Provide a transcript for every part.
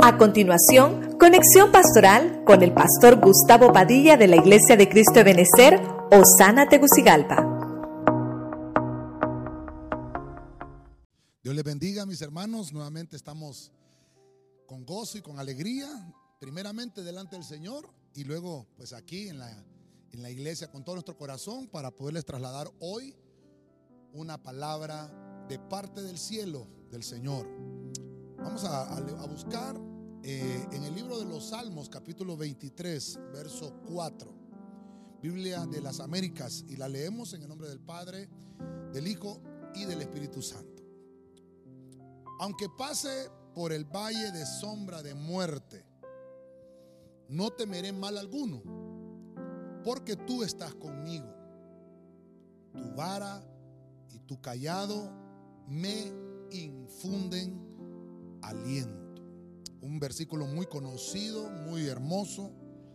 A continuación, conexión pastoral con el pastor Gustavo Padilla de la Iglesia de Cristo de Benecer, Osana, Tegucigalpa. Dios les bendiga, mis hermanos. Nuevamente estamos con gozo y con alegría, primeramente delante del Señor y luego pues aquí en la iglesia con todo nuestro corazón para poderles trasladar hoy una palabra de parte del cielo del Señor. Vamos a buscar en el libro de los Salmos, capítulo 23, verso 4, Biblia de las Américas, y la leemos en el nombre del Padre, del Hijo y del Espíritu Santo. Aunque pase por el valle de sombra de muerte, no temeré mal alguno, porque tú estás conmigo. Tu vara y tu cayado me infunden aliento. Un versículo muy conocido, muy hermoso.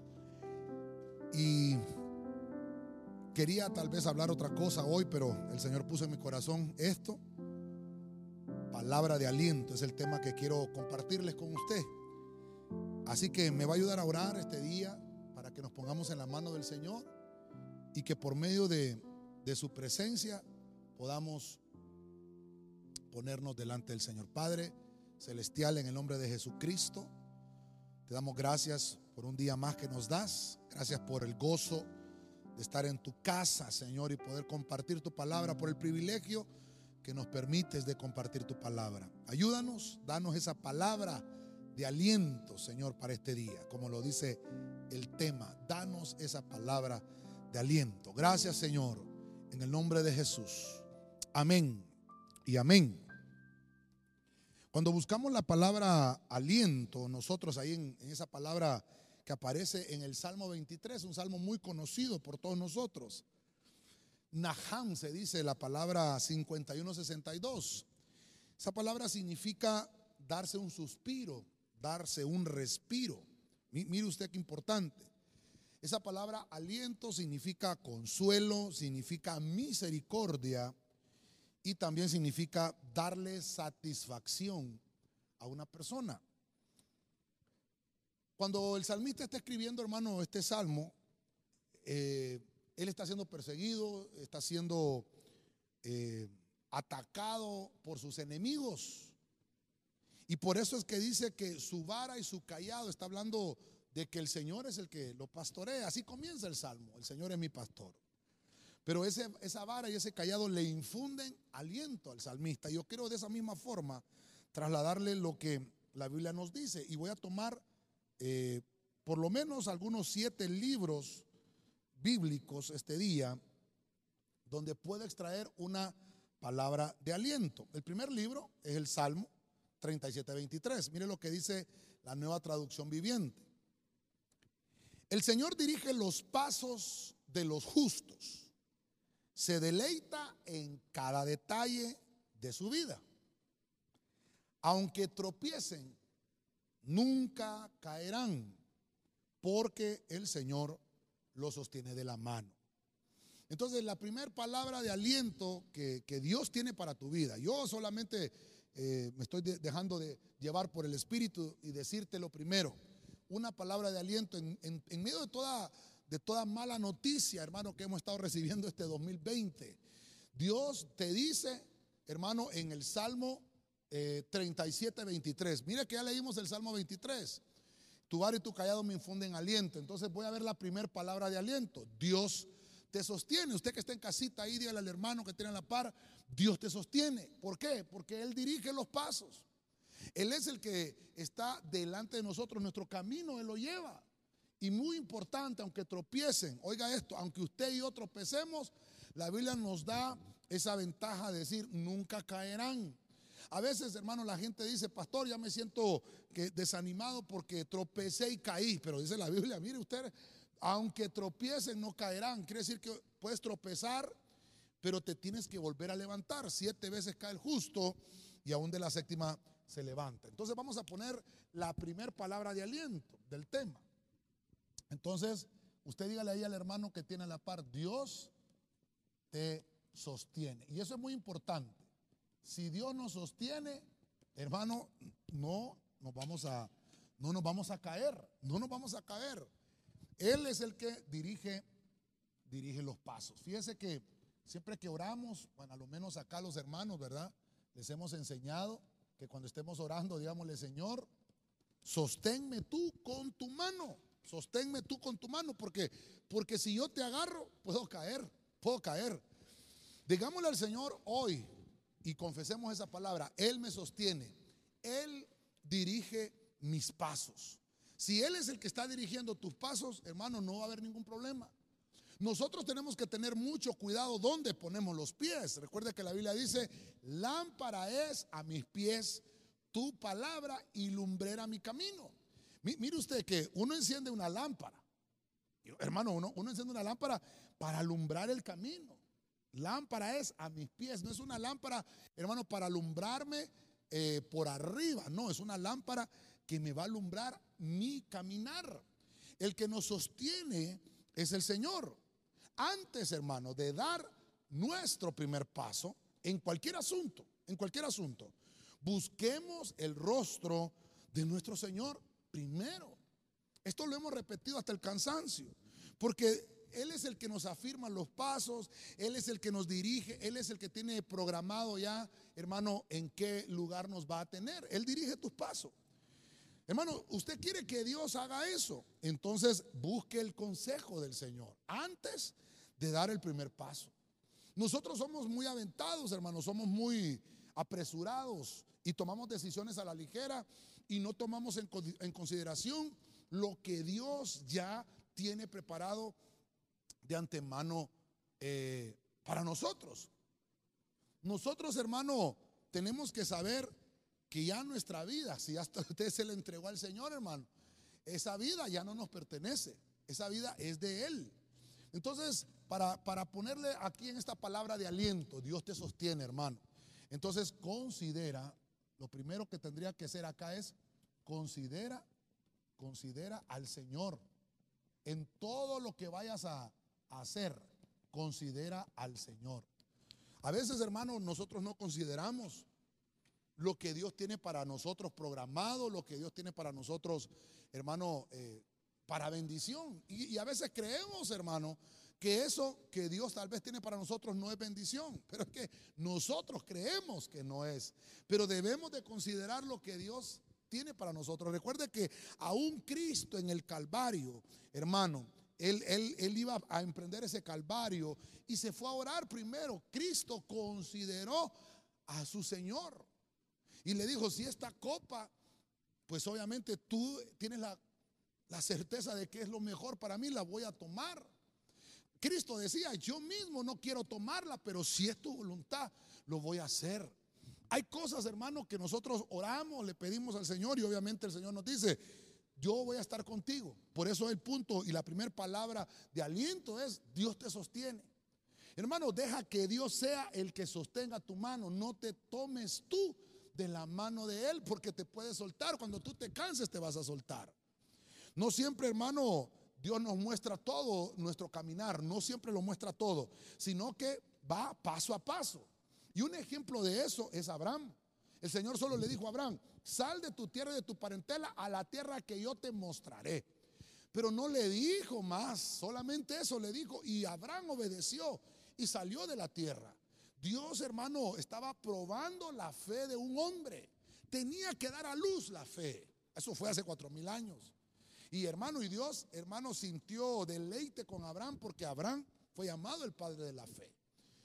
Y quería tal vez hablar otra cosa hoy, pero el Señor puso en mi corazón esto. Palabra de aliento es el tema que quiero compartirles con usted. Así que me va a ayudar a orar este día para que nos pongamos en la mano del Señor y que por medio de su presencia podamos ponernos delante del Señor. Padre celestial, en el nombre de Jesucristo, te damos gracias por un día más que nos das. Gracias por el gozo de estar en tu casa, Señor, y poder compartir tu palabra, por el privilegio que nos permites de compartir tu palabra. Ayúdanos, danos esa palabra de aliento, Señor, para este día, como lo dice el tema. Danos esa palabra de aliento. Gracias, Señor, en el nombre de Jesús. Amén y amén. Cuando buscamos la palabra aliento, nosotros ahí en esa palabra que aparece en el Salmo 23, un salmo muy conocido por todos nosotros. Naham se dice la palabra 5162. Esa palabra significa darse un suspiro, darse un respiro. Mire usted qué importante. Esa palabra aliento significa consuelo, significa misericordia y también significa darle satisfacción a una persona. Cuando el salmista está escribiendo, hermano, este salmo, él está siendo perseguido, está siendo atacado por sus enemigos. Y por eso es que dice que su vara y su cayado, está hablando de que el Señor es el que lo pastorea. Así comienza el salmo: el Señor es mi pastor. Pero esa vara y ese cayado le infunden aliento al salmista. Yo quiero de esa misma forma trasladarle lo que la Biblia nos dice. Y voy a tomar por lo menos algunos 7 libros bíblicos este día donde puedo extraer una palabra de aliento. El primer libro es el Salmo 37:23. Mire lo que dice la Nueva Traducción Viviente. El Señor dirige los pasos de los justos, se deleita en cada detalle de su vida. Aunque tropiecen, nunca caerán, porque el Señor lo sostiene de la mano. Entonces, la primera palabra de aliento que Dios tiene para tu vida, yo solamente me estoy dejando de llevar por el Espíritu y decirte lo primero, una palabra de aliento en medio de toda mala noticia, hermano, que hemos estado recibiendo este 2020. Dios te dice, hermano, en el Salmo 37:23. Mire que ya leímos el Salmo 23. Tu vara y tu cayado me infunden aliento. Entonces voy a ver la primera palabra de aliento. Dios te sostiene. Usted que está en casita ahí, dígale al hermano que tiene a la par: Dios te sostiene. ¿Por qué? Porque Él dirige los pasos. Él es el que está delante de nosotros. Nuestro camino Él lo lleva. Y muy importante, aunque tropiecen, oiga esto, aunque usted y yo tropecemos, la Biblia nos da esa ventaja de decir: nunca caerán. A veces, hermano, la gente dice: pastor, ya me siento desanimado porque tropecé y caí. Pero dice la Biblia, mire usted, aunque tropiecen no caerán. Quiere decir que puedes tropezar, pero te tienes que volver a levantar. 7 veces cae el justo y aún de la 7ª se levanta. Entonces vamos a poner la primera palabra de aliento del tema. Entonces, usted dígale ahí al hermano que tiene a la par: Dios te sostiene. Y eso es muy importante. Si Dios nos sostiene, hermano, no nos vamos a no nos vamos a caer, no nos vamos a caer. Él es el que dirige los pasos. Fíjese que siempre que oramos, bueno, a lo menos acá los hermanos, ¿verdad? Les hemos enseñado que cuando estemos orando, digámosle: Señor, sosténme tú con tu mano. Sosténme tú con tu mano, porque si yo te agarro, puedo caer. Digámosle al Señor hoy y confesemos esa palabra: Él me sostiene, Él dirige mis pasos. Si Él es el que está dirigiendo tus pasos, hermano, no va a haber ningún problema. Nosotros tenemos que tener mucho cuidado donde ponemos los pies. Recuerde que la Biblia dice: lámpara es a mis pies tu palabra y lumbrera mi camino. Mire usted que uno enciende una lámpara, hermano, uno enciende una lámpara para alumbrar el camino. Lámpara es a mis pies, no es una lámpara, hermano, para alumbrarme por arriba. No, es una lámpara que me va a alumbrar mi caminar. El que nos sostiene es el Señor. Antes, hermano, de dar nuestro primer paso en cualquier asunto, busquemos el rostro de nuestro Señor primero. Esto lo hemos repetido hasta el cansancio, porque Él es el que nos afirma los pasos, Él es el que nos dirige, Él es el que tiene programado ya, hermano, en qué lugar nos va a tener. Él dirige tus pasos. Hermano, usted quiere que Dios haga eso, entonces busque el consejo del Señor antes de dar el primer paso. Nosotros somos muy aventados, hermano, somos muy apresurados y tomamos decisiones a la ligera y no tomamos en consideración lo que Dios ya tiene preparado de antemano para nosotros. Nosotros, hermano, tenemos que saber que ya nuestra vida, si hasta usted se le entregó al Señor, hermano, esa vida ya no nos pertenece, esa vida es de Él. Entonces, para ponerle aquí en esta palabra de aliento: Dios te sostiene, hermano. Entonces, considera, lo primero que tendría que hacer acá es considera al Señor. En todo lo que vayas a hacer, considera al Señor. A veces, hermano, nosotros no consideramos lo que Dios tiene para nosotros programado, lo que Dios tiene para nosotros, hermano, para bendición. Y a veces creemos, hermano, que eso que Dios tal vez tiene para nosotros no es bendición, pero es que nosotros creemos que no es. Pero debemos de considerar lo que Dios tiene para nosotros. Recuerde que aún Cristo en el Calvario, hermano, Él iba a emprender ese Calvario y se fue a orar primero. Cristo consideró a su Señor y le dijo: si esta copa, pues obviamente tú tienes la certeza de que es lo mejor para mí, la voy a tomar. Cristo decía: yo mismo no quiero tomarla, pero si es tu voluntad, lo voy a hacer. Hay cosas, hermano, que nosotros oramos, le pedimos al Señor y obviamente el Señor nos dice: yo voy a estar contigo. Por eso el punto y la primera palabra de aliento es: Dios te sostiene. Hermano, deja que Dios sea el que sostenga tu mano. No te tomes tú de la mano de Él, porque te puede soltar. Cuando tú te canses, te vas a soltar. No siempre, hermano, Dios nos muestra todo nuestro caminar. No siempre lo muestra todo, sino que va paso a paso. Y un ejemplo de eso es Abraham. El Señor solo le dijo a Abraham: sal de tu tierra y de tu parentela a la tierra que yo te mostraré. Pero no le dijo más, solamente eso le dijo. Y Abraham obedeció y salió de la tierra. Dios, hermano, estaba probando la fe de un hombre. Tenía que dar a luz la fe. Eso fue hace 4000 años. Y hermano, y Dios, hermano, sintió deleite con Abraham, porque Abraham fue llamado el padre de la fe.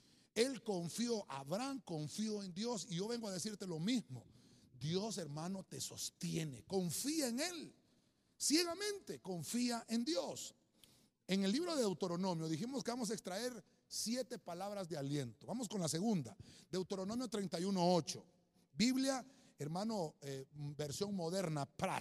Él confió, Abraham confió en Dios. Y yo vengo a decirte lo mismo: Dios, hermano, te sostiene. Confía en Él. Ciegamente confía en Dios. En el libro de Deuteronomio dijimos que vamos a extraer 7 palabras de aliento. Vamos con la segunda. Deuteronomio 31:8. Biblia, hermano, versión moderna, Prat.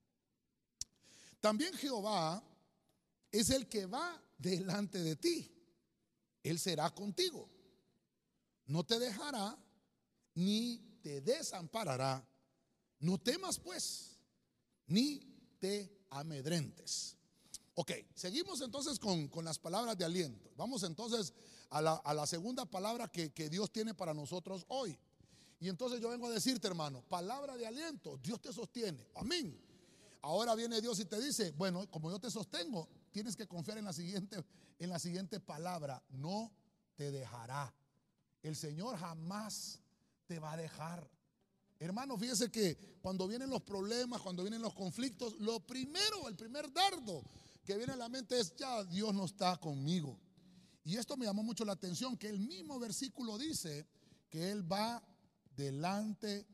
También Jehová es el que va delante de ti. Él será contigo. No te dejará ni te desamparará. No temas pues, ni te amedrentes. Ok, seguimos entonces con las palabras de aliento. Vamos entonces a la segunda palabra que Dios tiene para nosotros hoy. Y entonces yo vengo a decirte, hermano, palabra de aliento: Dios te sostiene. Amén. ahora viene Dios y te dice, bueno, como yo te sostengo, tienes que confiar en la siguiente palabra: no te dejará. El Señor jamás te va a dejar. Hermano, fíjese que cuando vienen los problemas, cuando vienen los conflictos, lo primero, el primer dardo que viene a la mente es: ya Dios no está conmigo. Y esto me llamó mucho la atención, que el mismo versículo dice que Él va delante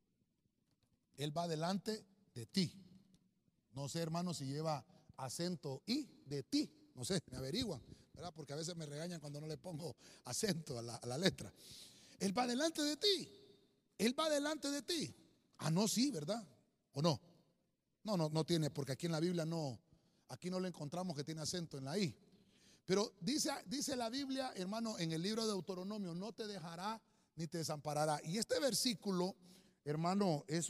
de ti. No sé, hermano, si lleva acento y de ti. No sé, me averiguan, ¿verdad? Porque a veces me regañan cuando no le pongo acento a la letra. Él va delante de ti. Él va delante de ti. Ah, no, sí, ¿verdad? ¿O no? No tiene, porque aquí en la Biblia aquí no le encontramos que tiene acento en la I. Pero dice la Biblia, hermano, en el libro de Deuteronomio: no te dejará ni te desamparará. Y este versículo, hermano, es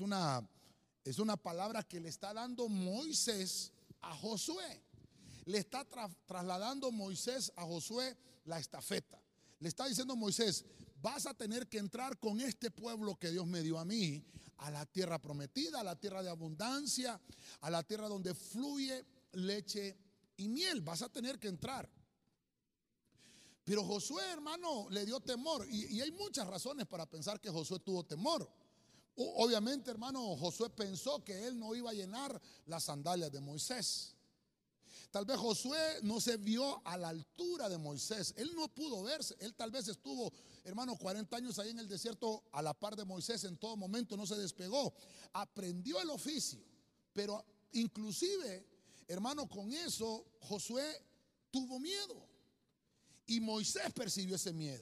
una palabra que le está dando Moisés a Josué. Le está trasladando Moisés a Josué la estafeta. Le está diciendo Moisés: vas a tener que entrar con este pueblo que Dios me dio a mí a la tierra prometida, a la tierra de abundancia, a la tierra donde fluye leche y miel. Vas a tener que entrar. Pero Josué, hermano, le dio temor. Y hay muchas razones para pensar que Josué tuvo temor. Obviamente, hermano, Josué pensó que él no iba a llenar las sandalias de Moisés. Tal vez Josué no se vio a la altura de Moisés. Él no pudo verse. Él tal vez estuvo, hermano, 40 años ahí en el desierto a la par de Moisés en todo momento. No se despegó. Aprendió el oficio. Pero inclusive, hermano, con eso Josué tuvo miedo. Y Moisés percibió ese miedo.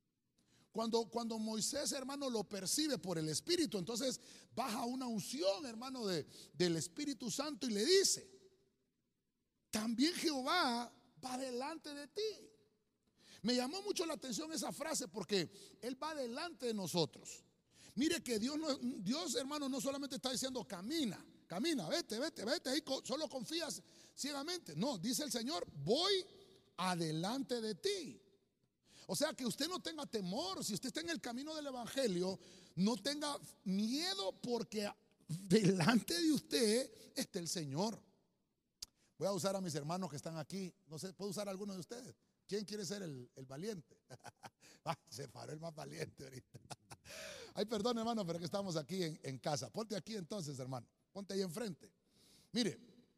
Cuando Moisés, hermano, lo percibe por el Espíritu, entonces baja una unción, hermano, del Espíritu Santo, y le dice: también Jehová va delante de ti. Me llamó mucho la atención esa frase, porque Él va delante de nosotros. Mire que Dios, hermano, no solamente está diciendo: camina, vete, ahí solo confías ciegamente. No, dice el Señor: voy adelante de ti. O sea, que usted no tenga temor. Si usted está en el camino del evangelio, no tenga miedo, porque delante de usted está el Señor. Voy a usar a mis hermanos que están aquí. No sé, ¿puedo usar a alguno de ustedes? ¿Quién quiere ser el valiente? Se paró el más valiente ahorita. Ay, perdón, hermano, pero que estamos aquí en casa. Ponte aquí entonces, hermano. Ponte ahí enfrente. Mire,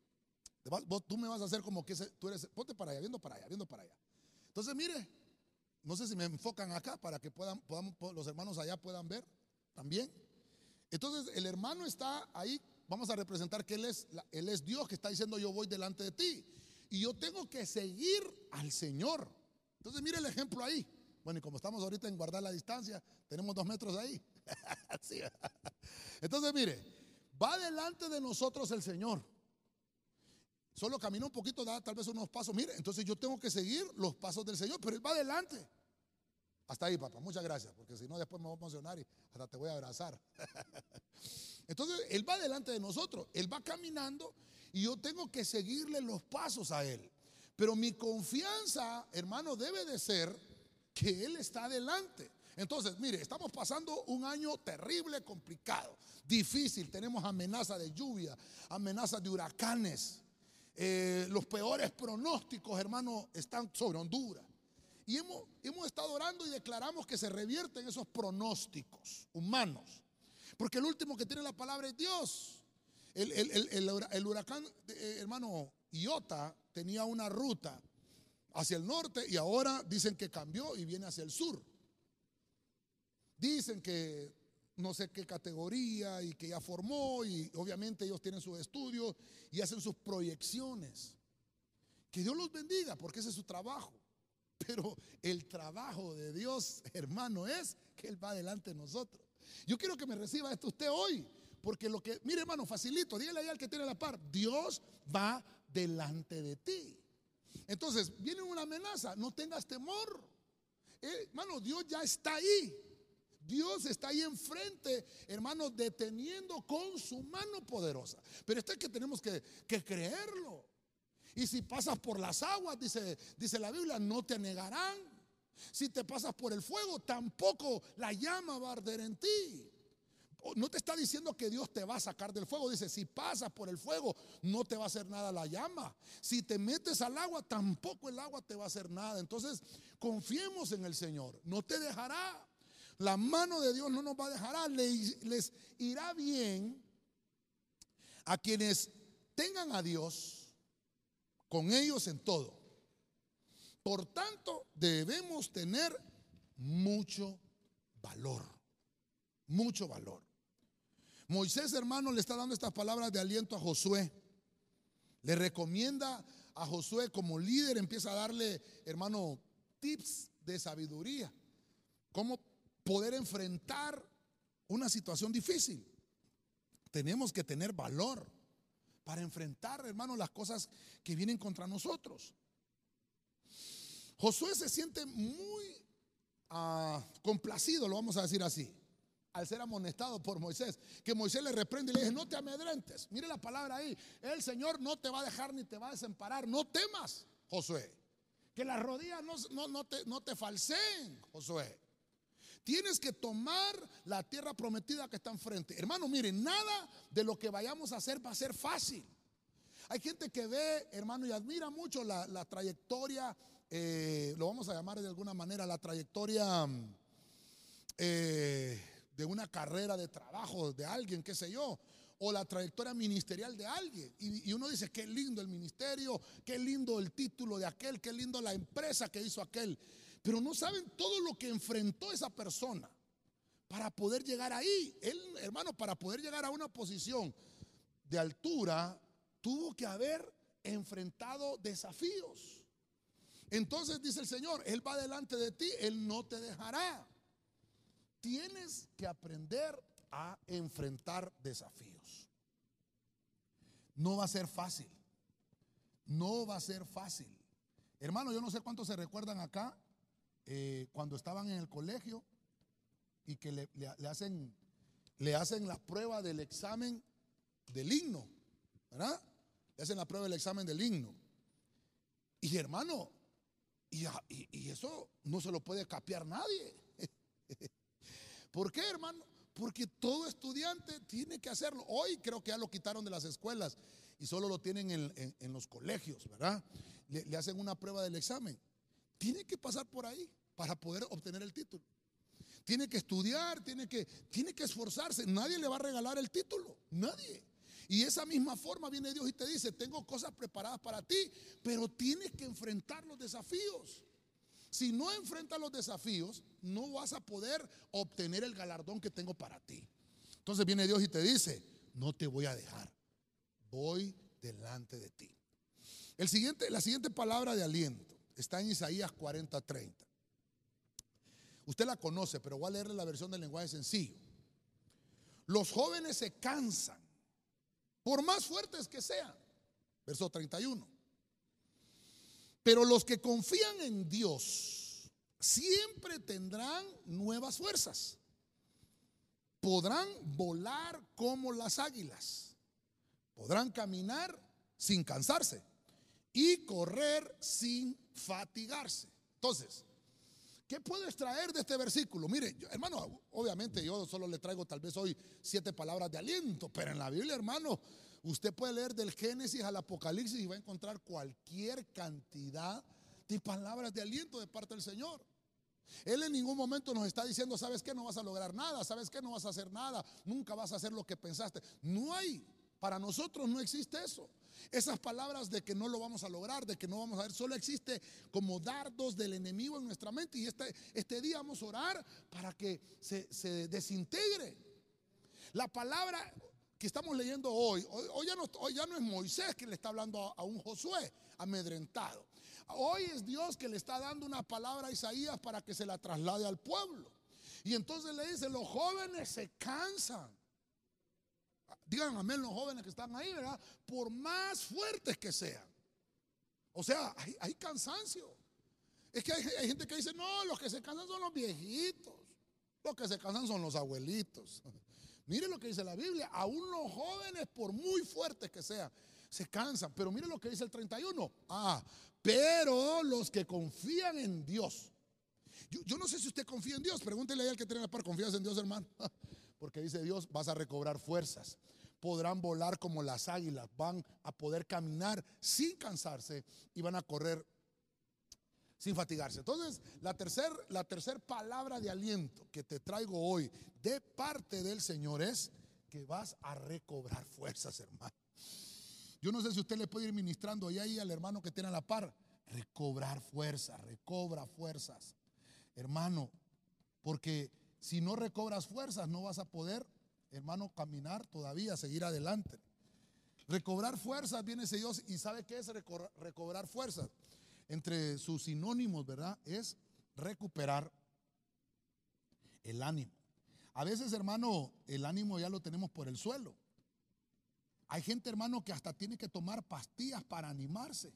tú me vas a hacer como que tú eres. Ponte para allá, viendo para allá. Entonces, mire, no sé si me enfocan acá para que los hermanos allá puedan ver también. Entonces, el hermano está ahí. Vamos a representar que Él es Dios, que está diciendo: yo voy delante de ti. Y yo tengo que seguir al Señor. Entonces, mire el ejemplo ahí. Bueno, y como estamos ahorita en guardar la distancia, tenemos 2 metros ahí. Sí. Entonces, mire, va delante de nosotros el Señor. Solo camina un poquito, da tal vez unos pasos. Mire, entonces yo tengo que seguir los pasos del Señor, pero Él va adelante. Hasta ahí, papá, muchas gracias, porque si no después me voy a emocionar y hasta te voy a abrazar. Entonces Él va delante de nosotros. Él va caminando y yo tengo que seguirle los pasos a Él. Pero mi confianza, hermano, debe de ser que Él está adelante. Entonces, mire, estamos pasando un año terrible, complicado, difícil. Tenemos amenaza de lluvia, amenazas de huracanes. Los peores pronósticos, hermano, están sobre Honduras. Y hemos estado orando y declaramos que se revierten esos pronósticos humanos, porque el último que tiene la palabra es Dios. El huracán, hermano, Iota tenía una ruta hacia el norte y ahora dicen que cambió y viene hacia el sur. Dicen que no sé qué categoría y que ya formó, y obviamente ellos tienen sus estudios y hacen sus proyecciones. Que Dios los bendiga, porque ese es su trabajo. Pero el trabajo de Dios, hermano, es que Él va delante de nosotros. Yo quiero que me reciba esto usted hoy, porque mire, hermano, facilito, dígale ahí al que tiene la par: Dios va delante de ti. Entonces, viene una amenaza, no tengas temor. Hermano, Dios ya está ahí. Dios está ahí enfrente, hermano, deteniendo con su mano poderosa. Pero esto es que tenemos que creerlo. Y si pasas por las aguas, dice la Biblia, no te anegarán. Si te pasas por el fuego, tampoco la llama va a arder en ti. no te está diciendo que Dios te va a sacar del fuego. Dice, si pasas por el fuego, no te va a hacer nada la llama. Si te metes al agua, tampoco el agua te va a hacer nada. Entonces, confiemos en el Señor. No te dejará. La mano de Dios no nos va a dejar. Les irá bien a quienes tengan a Dios con ellos en todo. Por tanto, debemos tener mucho valor. Mucho valor. Moisés, hermano, le está dando estas palabras de aliento a Josué. Le recomienda a Josué como líder, empieza a darle, hermano, tips de sabiduría. Cómo poder enfrentar una situación difícil. Tenemos que tener valor para enfrentar, hermano, las cosas que vienen contra nosotros. Josué se siente muy complacido, lo vamos a decir así, al ser amonestado por Moisés, que Moisés le reprende y le dice, no te amedrentes. Mire la palabra ahí, el Señor no te va a dejar ni te va a desamparar. No temas, Josué, que las rodillas no te falseen, Josué. Tienes que tomar la tierra prometida que está enfrente. Hermano, mire, nada de lo que vayamos a hacer va a ser fácil. Hay gente que ve, hermano, y admira mucho la trayectoria, lo vamos a llamar de alguna manera, la trayectoria de una carrera de trabajo de alguien, qué sé yo, o la trayectoria ministerial de alguien. Y uno dice, qué lindo el ministerio, qué lindo el título de aquel, qué lindo la empresa que hizo aquel. Pero no saben todo lo que enfrentó esa persona para poder llegar ahí. Él, hermano, para poder llegar a una posición de altura, tuvo que haber enfrentado desafíos. Entonces dice el Señor, Él va delante de ti, Él no te dejará. Tienes que aprender a enfrentar desafíos. No va a ser fácil. No va a ser fácil. Hermano, yo no sé cuántos se recuerdan acá cuando estaban en el colegio y que le hacen la prueba del examen del himno, ¿verdad? Le hacen la prueba del examen del himno. Y hermano, y eso no se lo puede capear nadie. ¿Por qué, hermano? Porque todo estudiante tiene que hacerlo. Hoy creo que ya lo quitaron de las escuelas y solo lo tienen en los colegios, ¿verdad? Le hacen una prueba del examen. Tiene que pasar por ahí para poder obtener el título. Tiene que estudiar, tiene que esforzarse. Nadie le va a regalar el título, nadie. Y de esa misma forma viene Dios y te dice, tengo cosas preparadas para ti, pero tienes que enfrentar los desafíos. Si no enfrentas los desafíos, no vas a poder obtener el galardón que tengo para ti. Entonces viene Dios y te dice, no te voy a dejar, voy delante de ti. La siguiente palabra de aliento está en Isaías 40:30. Usted la conoce, pero voy a leerle la versión del lenguaje sencillo. Los jóvenes se cansan, por más fuertes que sean. Verso 31. Pero los que confían en Dios siempre tendrán nuevas fuerzas. Podrán volar como las águilas. Podrán caminar sin cansarse y correr sin fatigarse. Entonces, ¿qué puedo extraer de este versículo? Mire, hermano, obviamente yo solo le traigo tal vez hoy 7 palabras de aliento, pero en la Biblia, hermano, usted puede leer del Génesis al Apocalipsis y va a encontrar cualquier cantidad de palabras de aliento de parte del Señor. Él en ningún momento nos está diciendo, ¿sabes qué? No vas a lograr nada, ¿sabes qué? No vas a hacer nada, nunca vas a hacer lo que pensaste. No hay, para nosotros no existe eso. Esas palabras de que no lo vamos a lograr, de que no vamos a ver, solo existe como dardos del enemigo en nuestra mente. Y este día vamos a orar para que se desintegre. La palabra que estamos leyendo hoy ya no es Moisés que le está hablando a un Josué amedrentado. Hoy es Dios que le está dando una palabra a Isaías para que se la traslade al pueblo. Y entonces le dice, los jóvenes se cansan. Digan amén los jóvenes que están ahí, ¿verdad? Por más fuertes que sean. O sea, hay cansancio. Es que hay gente que dice, no, los que se cansan son los viejitos. Los que se cansan son los abuelitos. Mire lo que dice la Biblia, aún los jóvenes, por muy fuertes que sean, se cansan. Pero mire lo que dice el 31. Pero los que confían en Dios. Yo no sé si usted confía en Dios. Pregúntele a él que tiene la par, ¿confías en Dios, hermano? porque dice Dios, vas a recobrar fuerzas. Podrán volar como las águilas, van a poder caminar sin cansarse y van a correr sin fatigarse. Entonces, la tercer palabra de aliento que te traigo hoy de parte del Señor es que vas a recobrar fuerzas, hermano. Yo no sé si usted le puede ir ministrando ahí al hermano que tiene a la par. Recobrar fuerzas, recobra fuerzas, hermano, porque si no recobras fuerzas no vas a poder, hermano, caminar todavía, seguir adelante. Recobrar fuerzas, viene ese Dios, y ¿sabe qué es recobrar fuerzas? Entre sus sinónimos, ¿verdad? Es recuperar el ánimo. A veces, hermano, el ánimo ya lo tenemos por el suelo. Hay gente, hermano, que hasta tiene que tomar pastillas para animarse.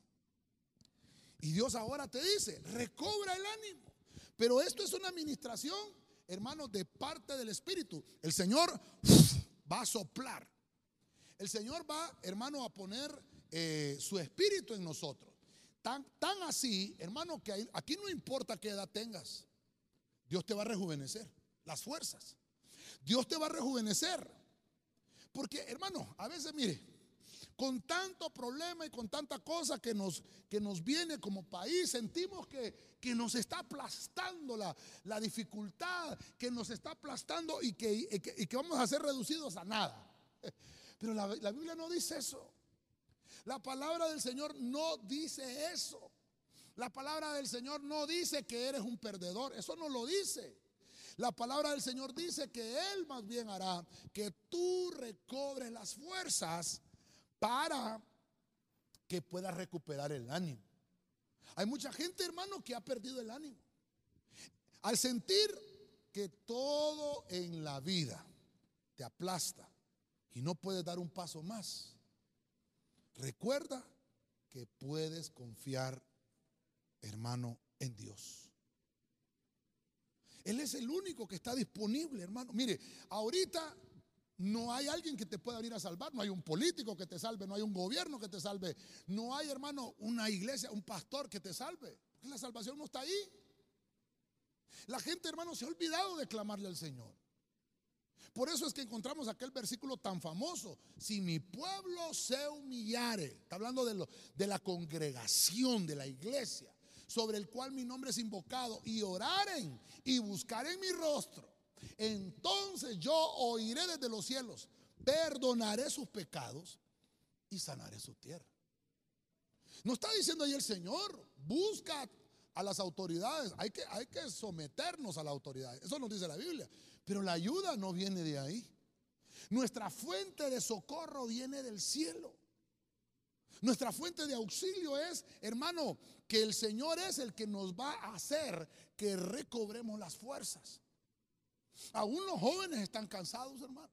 Y Dios ahora te dice, recobra el ánimo. Pero esto es una administración, hermano, de parte del Espíritu. El Señor va a soplar. El Señor va, hermano, a poner su Espíritu en nosotros. Tan así, hermano, que aquí no importa qué edad tengas. Dios te va a rejuvenecer las fuerzas. Dios te va a rejuvenecer. Porque, hermano, a veces, mire, con tanto problema y con tanta cosa que nos viene como país, sentimos que nos está aplastando la dificultad, que nos está aplastando y que vamos a ser reducidos a nada. Pero la Biblia no dice eso. La palabra del Señor no dice eso. La palabra del Señor no dice que eres un perdedor. Eso no lo dice. La palabra del Señor dice que Él más bien hará que tú recobres las fuerzas para que puedas recuperar el ánimo. Hay mucha gente, hermano, que ha perdido el ánimo. Al sentir que todo en la vida te aplasta y no puedes dar un paso más, recuerda que puedes confiar, hermano, en Dios. Él es el único que está disponible, hermano. Mire, ahorita no hay alguien que te pueda venir a salvar. No hay un político que te salve. No hay un gobierno que te salve. No hay, hermano, una iglesia, un pastor que te salve. Porque la salvación no está ahí. La gente, hermano, se ha olvidado de clamarle al Señor. Por eso es que encontramos aquel versículo tan famoso: si mi pueblo se humillare. Está hablando de la congregación, de la iglesia, sobre el cual mi nombre es invocado, y oraren y buscaren mi rostro, entonces yo oiré desde los cielos, perdonaré sus pecados y sanaré su tierra. No está diciendo ahí el Señor, busca a las autoridades. Hay que someternos a las autoridades. Eso nos dice la Biblia. Pero la ayuda no viene de ahí. Nuestra fuente de socorro viene del cielo. Nuestra fuente de auxilio es, hermano, que el Señor es el que nos va a hacer que recobremos las fuerzas. Aún los jóvenes están cansados, hermano.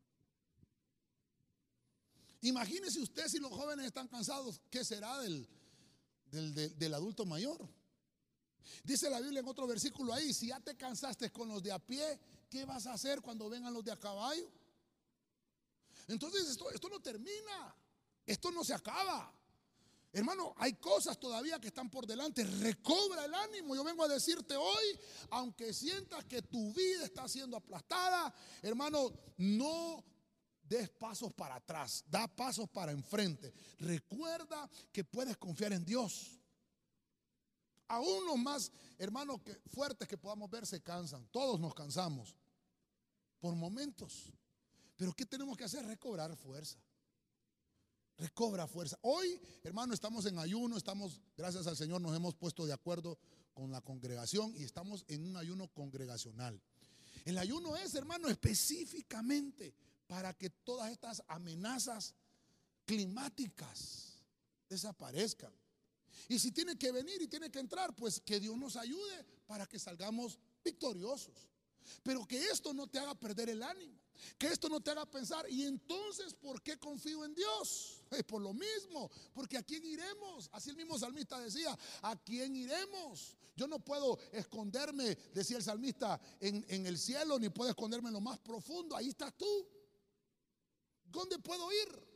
Imagínese usted, si los jóvenes están cansados, ¿qué será del adulto mayor? Dice la Biblia en otro versículo ahí: si ya te cansaste con los de a pie, ¿qué vas a hacer cuando vengan los de a caballo? Entonces esto no termina. Esto no se acaba. Hermano, hay cosas todavía que están por delante. Recobra el ánimo. Yo vengo a decirte hoy, aunque sientas que tu vida está siendo aplastada, hermano, no des pasos para atrás, da pasos para enfrente. Recuerda que puedes confiar en Dios. Aún los más, hermanos, fuertes que podamos ver se cansan. Todos nos cansamos por momentos. Pero ¿qué tenemos que hacer? Recobrar fuerza. Recobra fuerza. Hoy, hermano, estamos en ayuno. Gracias al Señor, nos hemos puesto de acuerdo con la congregación y estamos en un ayuno congregacional. El ayuno es, hermano, específicamente para que todas estas amenazas climáticas desaparezcan. Y si tiene que venir y tiene que entrar, pues que Dios nos ayude para que salgamos victoriosos. Pero que esto no te haga perder el ánimo, que esto no te haga pensar: ¿y entonces por qué confío en Dios? Por lo mismo, porque ¿a quién iremos? Así el mismo salmista decía: ¿a quién iremos? Yo no puedo esconderme, decía el salmista, en el cielo, ni puedo esconderme en lo más profundo. Ahí estás tú. ¿Dónde puedo ir?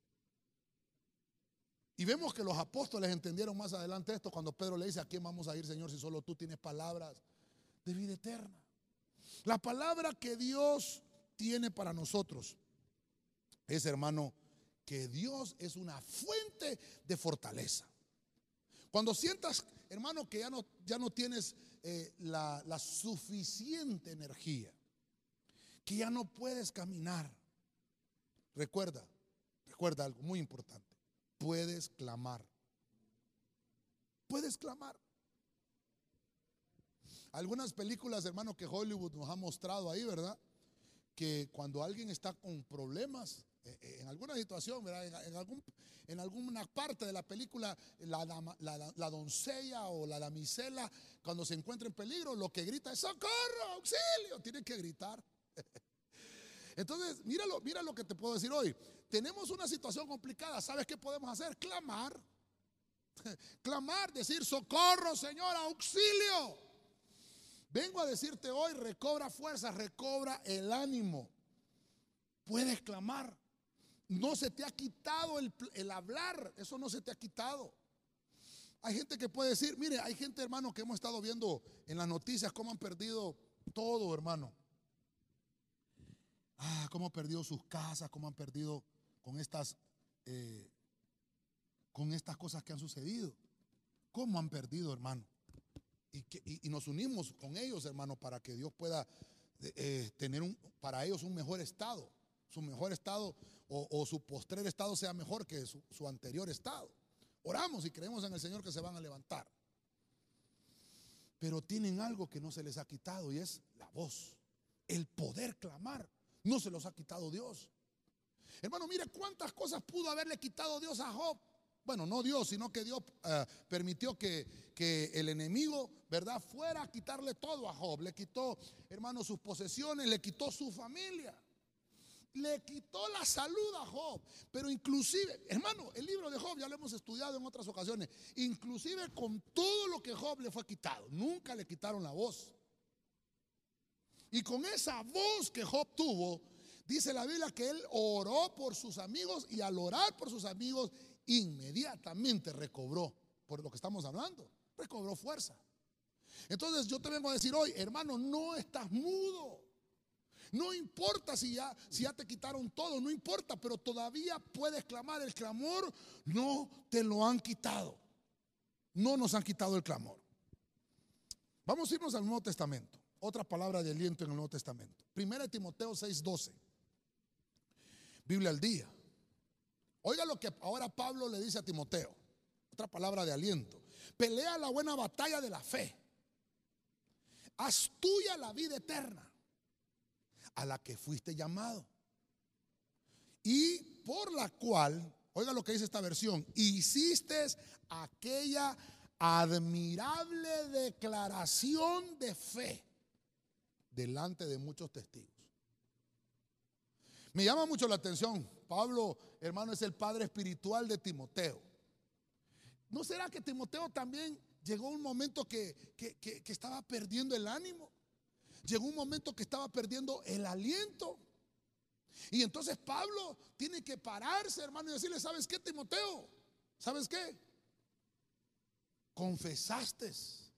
Y vemos que los apóstoles entendieron más adelante esto cuando Pedro le dice: ¿a quién vamos a ir, Señor, si solo tú tienes palabras de vida eterna? La palabra que Dios tiene para nosotros es, hermano, que Dios es una fuente de fortaleza. Cuando sientas, hermano, que ya no tienes la suficiente energía, que ya no puedes caminar, recuerda algo muy importante: puedes clamar. Puedes clamar. Algunas películas, hermano, que Hollywood nos ha mostrado ahí, ¿verdad? Que cuando alguien está con problemas en alguna situación, ¿verdad? En alguna parte de la película, la doncella o la damisela, cuando se encuentra en peligro, lo que grita es socorro, auxilio. Tiene que gritar. Entonces, mira lo que te puedo decir hoy. Tenemos una situación complicada. ¿Sabes qué podemos hacer? Clamar. Clamar, decir socorro, Señor, auxilio. Vengo a decirte hoy: recobra fuerza, recobra el ánimo. Puedes clamar. No se te ha quitado el hablar. Eso no se te ha quitado. Hay gente que puede decir, mire, hay gente, hermano, que hemos estado viendo en las noticias cómo han perdido todo, hermano. Cómo han perdido sus casas, cómo han perdido con estas cosas que han sucedido. Cómo han perdido, hermano. Y nos unimos con ellos, hermano, para que Dios pueda tener para ellos un mejor estado. Su mejor estado o su postrer estado sea mejor que su anterior estado. Oramos y creemos en el Señor que se van a levantar. Pero tienen algo que no se les ha quitado, y es la voz, el poder clamar. No se los ha quitado Dios. Hermano, mire cuántas cosas pudo haberle quitado Dios a Job. Bueno, no Dios, sino que Dios permitió que el enemigo, ¿verdad?, fuera a quitarle todo a Job. Le quitó, hermano, sus posesiones, le quitó su familia, le quitó la salud a Job. Pero inclusive, hermano, el libro de Job ya lo hemos estudiado en otras ocasiones. Inclusive con todo lo que Job le fue quitado, nunca le quitaron la voz. Y con esa voz que Job tuvo, dice la Biblia que él oró por sus amigos, y al orar por sus amigos inmediatamente recobró, por lo que estamos hablando, recobró fuerza. Entonces yo te vengo a decir hoy, hermano, no estás mudo. No importa si ya te quitaron todo, no importa, pero todavía puedes clamar. El clamor no te lo han quitado. No nos han quitado el clamor. Vamos a irnos al Nuevo Testamento. Otra palabra de aliento en el Nuevo Testamento. 1 Timoteo 6:12. Biblia al día. Oiga lo que ahora Pablo le dice a Timoteo. Otra palabra de aliento. Pelea la buena batalla de la fe. Haz tuya la vida eterna, a la que fuiste llamado, y por la cual, oiga lo que dice esta versión, hiciste aquella admirable declaración de fe delante de muchos testigos. Me llama mucho la atención. Pablo, hermano, es el padre espiritual de Timoteo. ¿No será que Timoteo también llegó un momento que estaba perdiendo el ánimo? Llegó un momento que estaba perdiendo el aliento. Y entonces Pablo tiene que pararse, hermano, y decirle: ¿sabes qué, Timoteo? ¿Sabes qué? Confesaste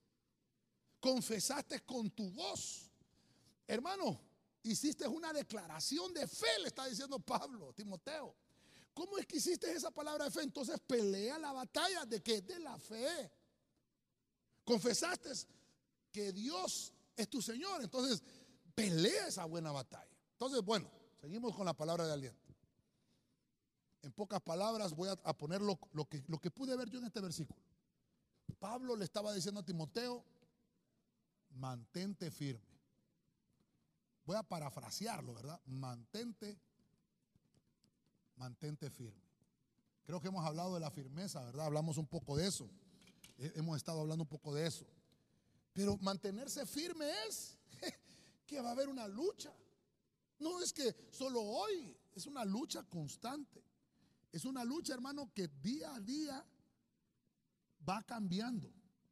con tu voz, hermano, hiciste una declaración de fe, le está diciendo Pablo, Timoteo. ¿Cómo es que hiciste esa palabra de fe? Entonces pelea la batalla de que de la fe. Confesaste que Dios es tu Señor, entonces pelea esa buena batalla. Entonces, bueno, seguimos con la palabra de aliento. En pocas palabras voy a poner lo que pude ver yo en este versículo. Pablo le estaba diciendo a Timoteo: mantente firme. Voy a parafrasearlo, ¿verdad? Mantente firme. Creo que hemos hablado de la firmeza, ¿verdad? Hablamos un poco de eso. Hemos estado hablando un poco de eso. Pero mantenerse firme es que va a haber una lucha. No es que solo hoy, es una lucha constante. Es una lucha, hermano, que día a día va cambiando.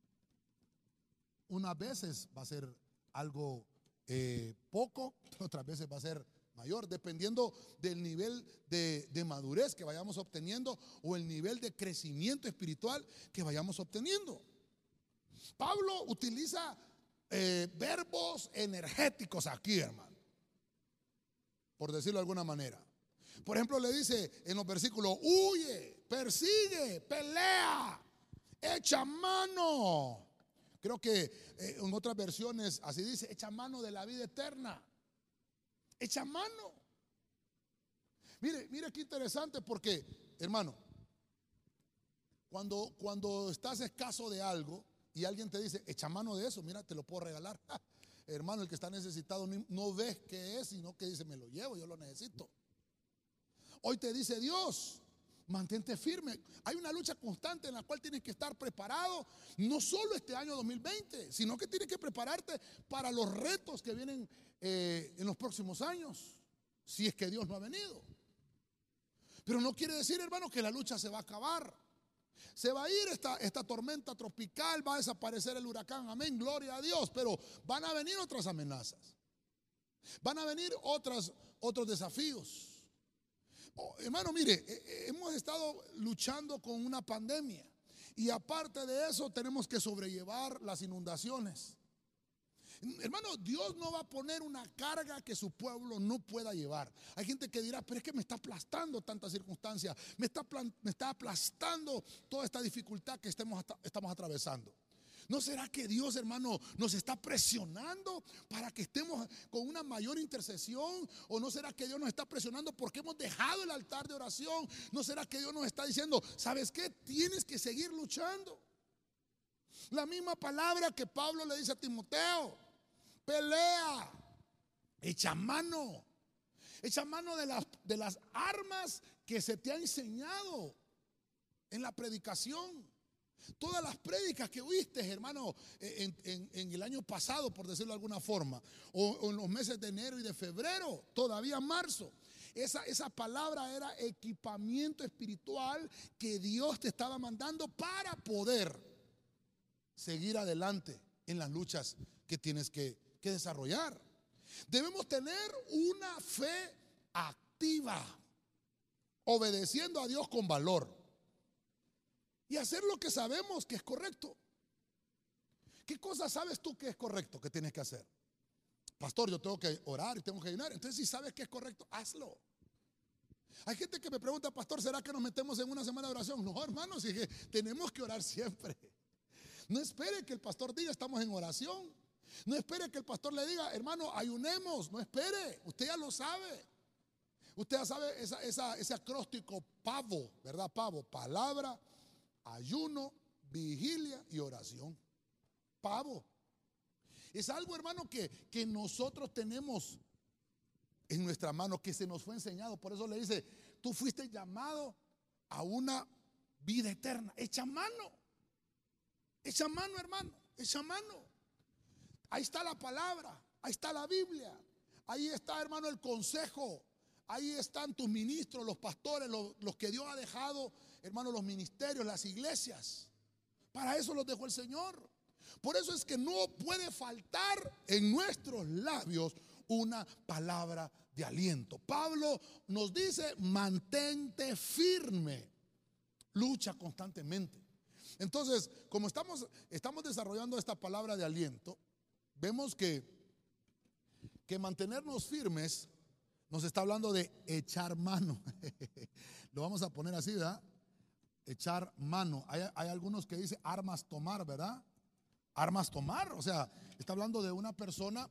Unas veces va a ser algo poco, otras veces va a ser mayor, dependiendo del nivel de madurez que vayamos obteniendo o el nivel de crecimiento espiritual que vayamos obteniendo. Pablo utiliza verbos energéticos aquí, hermano. por decirlo de alguna manera. Por ejemplo, le dice en los versículos: huye, persigue, pelea, echa mano. Creo que en otras versiones así dice: echa mano de la vida eterna. Echa mano. Mire qué interesante, porque, hermano, cuando estás escaso de algo y alguien te dice: echa mano de eso, mira, te lo puedo regalar. Hermano, el que está necesitado no ves qué es, sino que dice: me lo llevo, yo lo necesito. Hoy te dice Dios: mantente firme. Hay una lucha constante en la cual tienes que estar preparado, no solo este año 2020, sino que tienes que prepararte para los retos que vienen en los próximos años, si es que Dios no ha venido. Pero no quiere decir, hermano, que la lucha se va a acabar. Se va a ir esta tormenta tropical, va a desaparecer el huracán, amén, gloria a Dios. Pero van a venir otras amenazas, van a venir otros desafíos. Hermano, mire, hemos estado luchando con una pandemia, y aparte de eso tenemos que sobrellevar las inundaciones. Hermano, Dios no va a poner una carga que su pueblo no pueda llevar. Hay gente que dirá: pero es que me está aplastando tantas circunstancias, me está aplastando toda esta dificultad que estamos atravesando. ¿No será que Dios, hermano, nos está presionando para que estemos con una mayor intercesión? ¿O no será que Dios nos está presionando porque hemos dejado el altar de oración? ¿No será que Dios nos está diciendo: sabes qué, tienes que seguir luchando? La misma palabra que Pablo le dice a Timoteo: pelea, echa mano de las armas que se te ha enseñado en la predicación. Todas las prédicas que oíste, hermano, en el año pasado, por decirlo de alguna forma, o en los meses de enero y de febrero, todavía marzo, esa palabra era equipamiento espiritual que Dios te estaba mandando para poder seguir adelante en las luchas que tienes que desarrollar. Debemos tener una fe activa, obedeciendo a Dios con valor, y hacer lo que sabemos que es correcto. ¿Qué cosa sabes tú que es correcto, que tienes que hacer? Pastor, yo tengo que orar y tengo que ayunar. Entonces, si sabes que es correcto, hazlo. Hay gente que me pregunta: pastor, ¿será que nos metemos en una semana de oración? No, hermano, si tenemos que orar siempre. No espere que el pastor diga: estamos en oración. No espere que el pastor le diga: hermano, ayunemos. No espere, usted ya lo sabe. Usted ya sabe ese acróstico PAVO, ¿verdad? PAVO: palabra, ayuno, vigilia y oración. PAVO. Es algo, hermano, que nosotros tenemos en nuestra mano, que se nos fue enseñado. Por eso le dice: tú fuiste llamado a una vida eterna. Echa mano, hermano, echa mano. Ahí está la palabra, ahí está la Biblia, ahí está, hermano, el consejo. Ahí están tus ministros, los pastores, los que Dios ha dejado, hermano, los ministerios, las iglesias. Para eso los dejó el Señor. Por eso es que no puede faltar en nuestros labios una palabra de aliento. Pablo nos dice: mantente firme, lucha constantemente. Entonces, como estamos desarrollando esta palabra de aliento, vemos que mantenernos firmes nos está hablando de echar mano. Lo vamos a poner así, ¿verdad? Echar mano. Hay algunos que dicen armas tomar, ¿verdad? Armas tomar, o sea, está hablando de una persona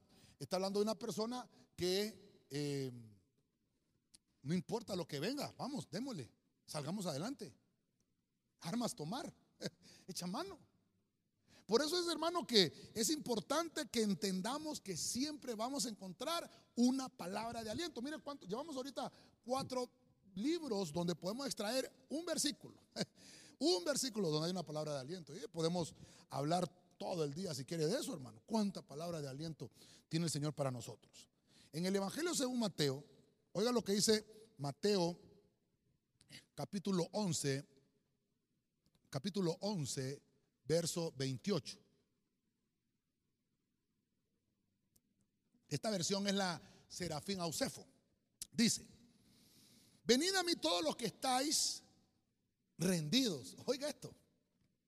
que no importa lo que venga, vamos, démosle, salgamos adelante. Armas tomar, echa mano. Por eso es, hermano, que es importante que entendamos que siempre vamos a encontrar una palabra de aliento. Mire cuánto, llevamos ahorita 4 libros donde podemos extraer un versículo donde hay una palabra de aliento. Y podemos hablar todo el día si quiere de eso, hermano. Cuánta palabra de aliento tiene el Señor para nosotros. En el Evangelio según Mateo, oiga lo que dice Mateo capítulo 11, verso 28. Esta versión es la Serafín Ausefo. Dice: venid a mí todos los que estáis rendidos, oiga esto,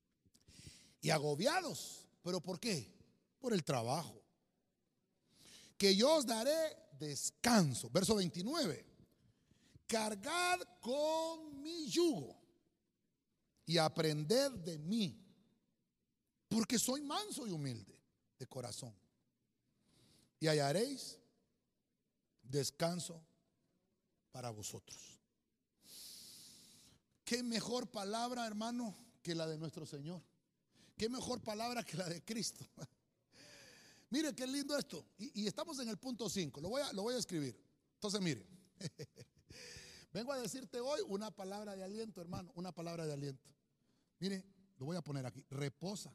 y agobiados. ¿Pero por qué? Por el trabajo, que yo os daré descanso. Verso 29. Cargad con mi yugo y aprended de mí, porque soy manso y humilde de corazón, y hallaréis descanso para vosotros. Qué mejor palabra, hermano, que la de nuestro Señor. Qué mejor palabra que la de Cristo. Mire qué lindo esto. Y estamos en el punto 5. Lo voy a escribir. Entonces mire, vengo a decirte hoy una palabra de aliento, hermano. Una palabra de aliento. Mire, lo voy a poner aquí. Reposa.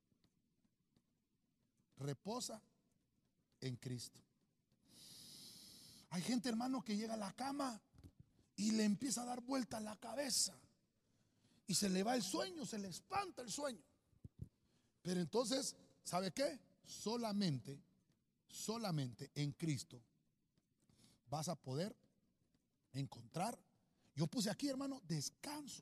Reposa en Cristo. Hay gente, hermano, que llega a la cama y le empieza a dar vuelta a la cabeza y se le va el sueño, se le espanta el sueño. Pero entonces, ¿sabe qué? Solamente en Cristo vas a poder encontrar. Yo puse aquí, hermano, descanso.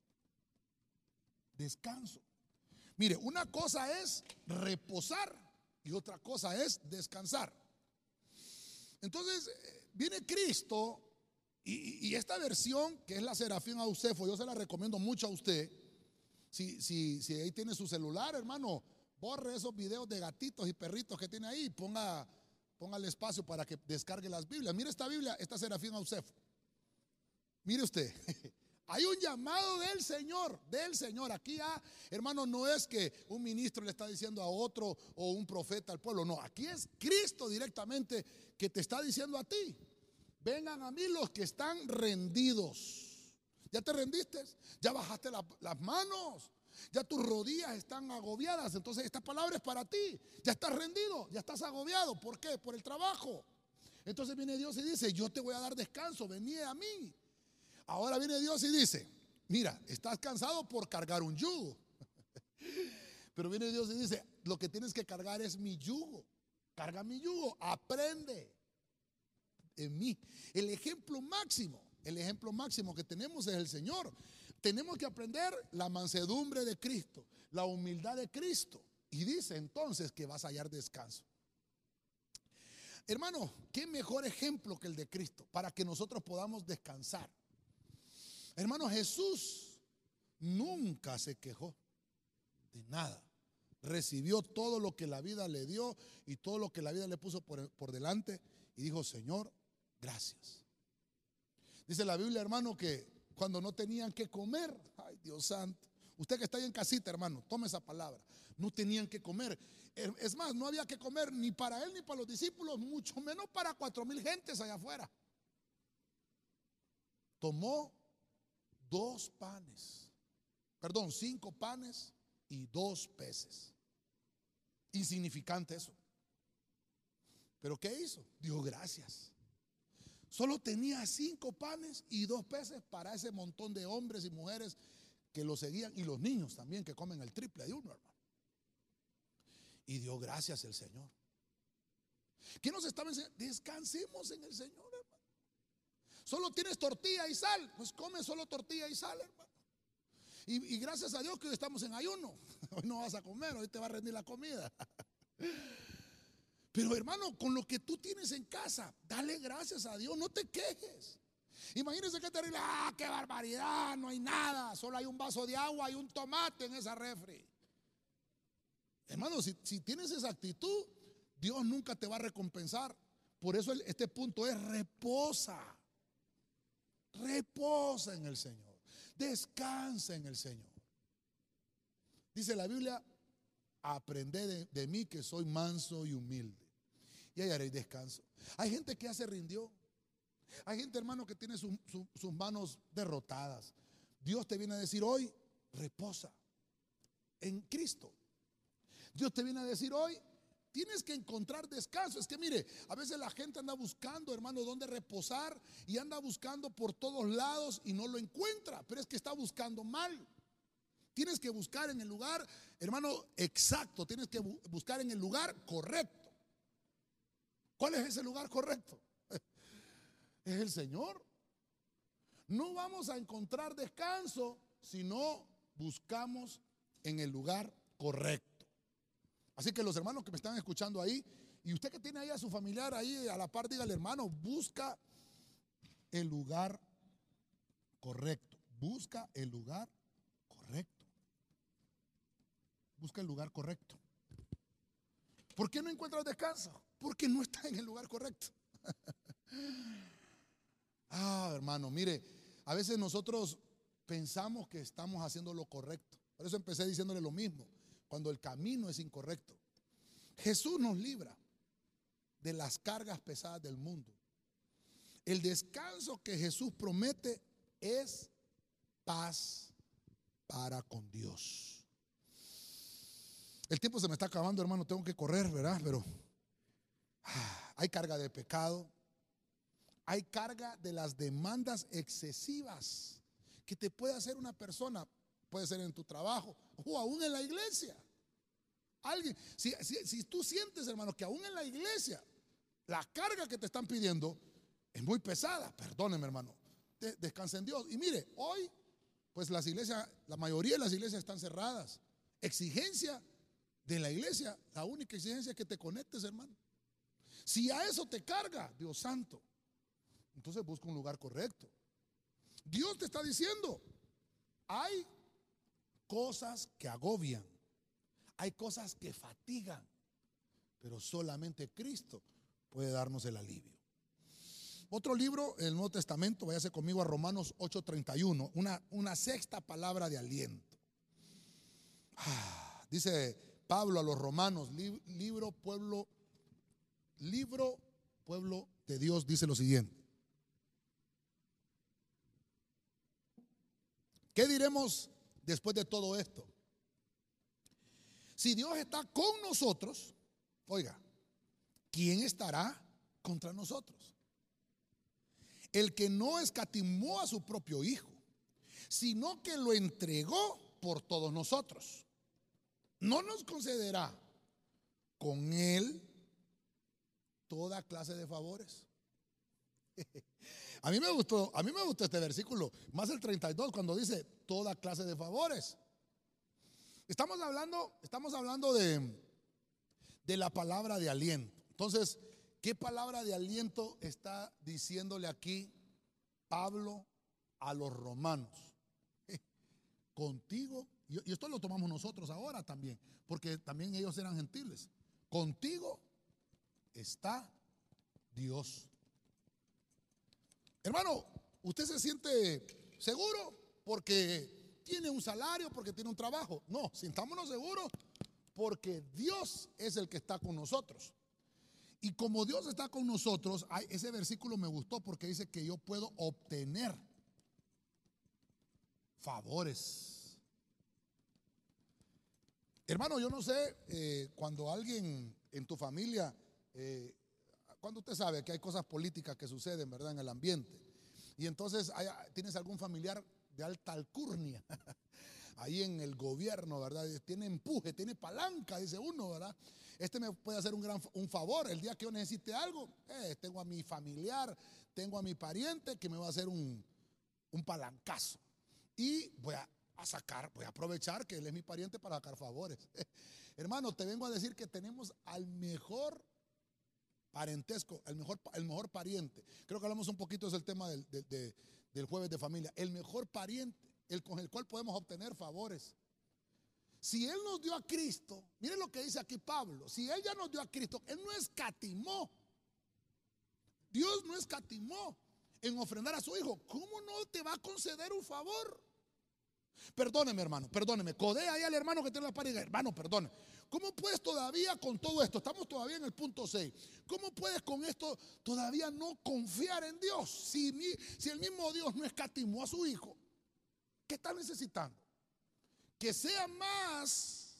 Descanso. Mire, una cosa es reposar y otra cosa es descansar. Entonces, viene Cristo y esta versión, que es la Serafín Ausefo, yo se la recomiendo mucho a usted. Si ahí tiene su celular, hermano, borre esos videos de gatitos y perritos que tiene ahí y póngale espacio para que descargue las Biblias. Mire esta Biblia, esta Serafín Ausefo. Mire usted, hay un llamado del Señor, del Señor. Aquí ya, hermano, no es que un ministro le está diciendo a otro o un profeta al pueblo. No, aquí es Cristo directamente que te está diciendo a ti: vengan a mí los que están rendidos. ¿Ya te rendiste? ¿Ya bajaste las manos? ¿Ya tus rodillas están agobiadas? Entonces esta palabra es para ti. Ya estás rendido, ya estás agobiado. ¿Por qué? Por el trabajo. Entonces viene Dios y dice: yo te voy a dar descanso, vení a mí. Ahora viene Dios y dice: mira, estás cansado por cargar un yugo. Pero viene Dios y dice: lo que tienes que cargar es mi yugo. Carga mi yugo, aprende en mí. El ejemplo máximo que tenemos es el Señor. Tenemos que aprender la mansedumbre de Cristo, la humildad de Cristo. Y dice entonces que vas a hallar descanso. Hermano, qué mejor ejemplo que el de Cristo para que nosotros podamos descansar. Hermano, Jesús nunca se quejó de nada. Recibió todo lo que la vida le dio y todo lo que la vida le puso por delante y dijo: Señor, gracias. Dice la Biblia, hermano, que cuando no tenían que comer, ay Dios santo, usted que está ahí en casita, hermano, tome esa palabra. No tenían que comer. Es más, no había que comer ni para él ni para los discípulos, mucho menos para 4,000 gentes allá afuera. Tomó 5 panes y 2 peces. Insignificante eso. Pero ¿qué hizo? Dio gracias. Solo tenía 5 panes y 2 peces para ese montón de hombres y mujeres que lo seguían, y los niños también, que comen el triple de uno, hermano. Y dio gracias el Señor. ¿Qué nos estaba enseñando? Descansemos en el Señor, hermano. Solo tienes tortilla y sal, pues come solo tortilla y sal, hermano. Y gracias a Dios que hoy estamos en ayuno. Hoy no vas a comer, hoy te va a rendir la comida. Pero hermano, con lo que tú tienes en casa, dale gracias a Dios, no te quejes. Imagínense qué terrible: qué barbaridad, no hay nada, solo hay un vaso de agua y un tomate en esa refri. Hermano, si tienes esa actitud, Dios nunca te va a recompensar. Por eso este punto es: reposa. Reposa en el Señor. Descansa en el Señor. Dice la Biblia: aprended de mí, que soy manso y humilde, y hallaréis descanso. Hay gente que ya se rindió. Hay gente, hermano, que tiene sus manos derrotadas. Dios te viene a decir hoy: reposa en Cristo. Dios te viene a decir hoy: tienes que encontrar descanso. Es que mire, a veces la gente anda buscando, hermano, dónde reposar, y anda buscando por todos lados y no lo encuentra. Pero es que está buscando mal. Tienes que buscar en el lugar, hermano, exacto. Tienes que buscar en el lugar correcto. ¿Cuál es ese lugar correcto? Es el Señor. No vamos a encontrar descanso si no buscamos en el lugar correcto. Así que los hermanos que me están escuchando ahí Y usted que tiene ahí a su familiar ahí a la par, dígale, hermano, busca el lugar correcto. Busca el lugar correcto. Busca el lugar correcto. ¿Por qué no encuentras descanso? Porque no está en el lugar correcto. Hermano, mire, a veces nosotros pensamos que estamos haciendo lo correcto. Por eso empecé diciéndole lo mismo, cuando el camino es incorrecto. Jesús nos libra de las cargas pesadas del mundo. El descanso que Jesús promete es paz para con Dios. El tiempo se me está acabando, hermano, tengo que correr, ¿verdad? Pero hay carga de pecado, hay carga de las demandas excesivas que te puede hacer una persona, puede ser en tu trabajo o aún en la iglesia. Alguien, si tú sientes, hermano, que aún en la iglesia la carga que te están pidiendo es muy pesada, perdóneme, hermano, descansa en Dios. Y mire, hoy pues las iglesias, la mayoría de las iglesias están cerradas. Exigencia de la iglesia, la única exigencia es que te conectes, hermano. Si a eso te carga, Dios santo, entonces busca un lugar correcto. Dios te está diciendo, hay cosas que agobian, hay cosas que fatigan, pero solamente Cristo puede darnos el alivio. Otro libro, el Nuevo Testamento, váyase conmigo a Romanos 8:31, una sexta palabra de aliento. Dice Pablo a los romanos, libro pueblo de Dios, dice lo siguiente. ¿Qué diremos después de todo esto? Si Dios está con nosotros, oiga, ¿quién estará contra nosotros? El que no escatimó a su propio Hijo, sino que lo entregó por todos nosotros, ¿no nos concederá con Él toda clase de favores? A mí me gustó este versículo, más el 32, cuando dice toda clase de favores. Estamos hablando de la palabra de aliento. Entonces, ¿qué palabra de aliento está diciéndole aquí Pablo a los romanos? Contigo, y esto lo tomamos nosotros ahora también, porque también ellos eran gentiles. Contigo está Dios. Hermano, ¿usted se siente seguro porque tiene un salario, porque tiene un trabajo? No, sintámonos seguros porque Dios es el que está con nosotros. Y como Dios está con nosotros, ese versículo me gustó porque dice que yo puedo obtener favores. Hermano, yo no sé, cuando alguien en tu familia, cuando usted sabe que hay cosas políticas que suceden, ¿verdad?, en el ambiente, y entonces tienes algún familiar de alta alcurnia ahí en el gobierno, ¿verdad? Tiene empuje, tiene palanca, dice uno, ¿verdad? Este me puede hacer un favor. El día que yo necesite algo, tengo a mi familiar, tengo a mi pariente que me va a hacer un palancazo. Y voy a aprovechar que él es mi pariente para sacar favores. Hermano, te vengo a decir que tenemos al mejor parentesco, el mejor pariente. Creo que hablamos un poquito, es el tema del jueves de familia. El mejor pariente, el con el cual podemos obtener favores. Si Él nos dio a Cristo, miren lo que dice aquí Pablo, si Él ya nos dio a Cristo, Él no escatimó. Dios no escatimó en ofrendar a su Hijo. ¿Cómo no te va a conceder un favor? Perdóneme, hermano, perdóneme. Codea ahí al hermano que tiene la par y diga, hermano, perdone. ¿Cómo puedes todavía con todo esto? Estamos todavía en el punto 6. ¿Cómo puedes con esto todavía no confiar en Dios? Si el mismo Dios no escatimó a su Hijo, ¿qué está necesitando? Que sea más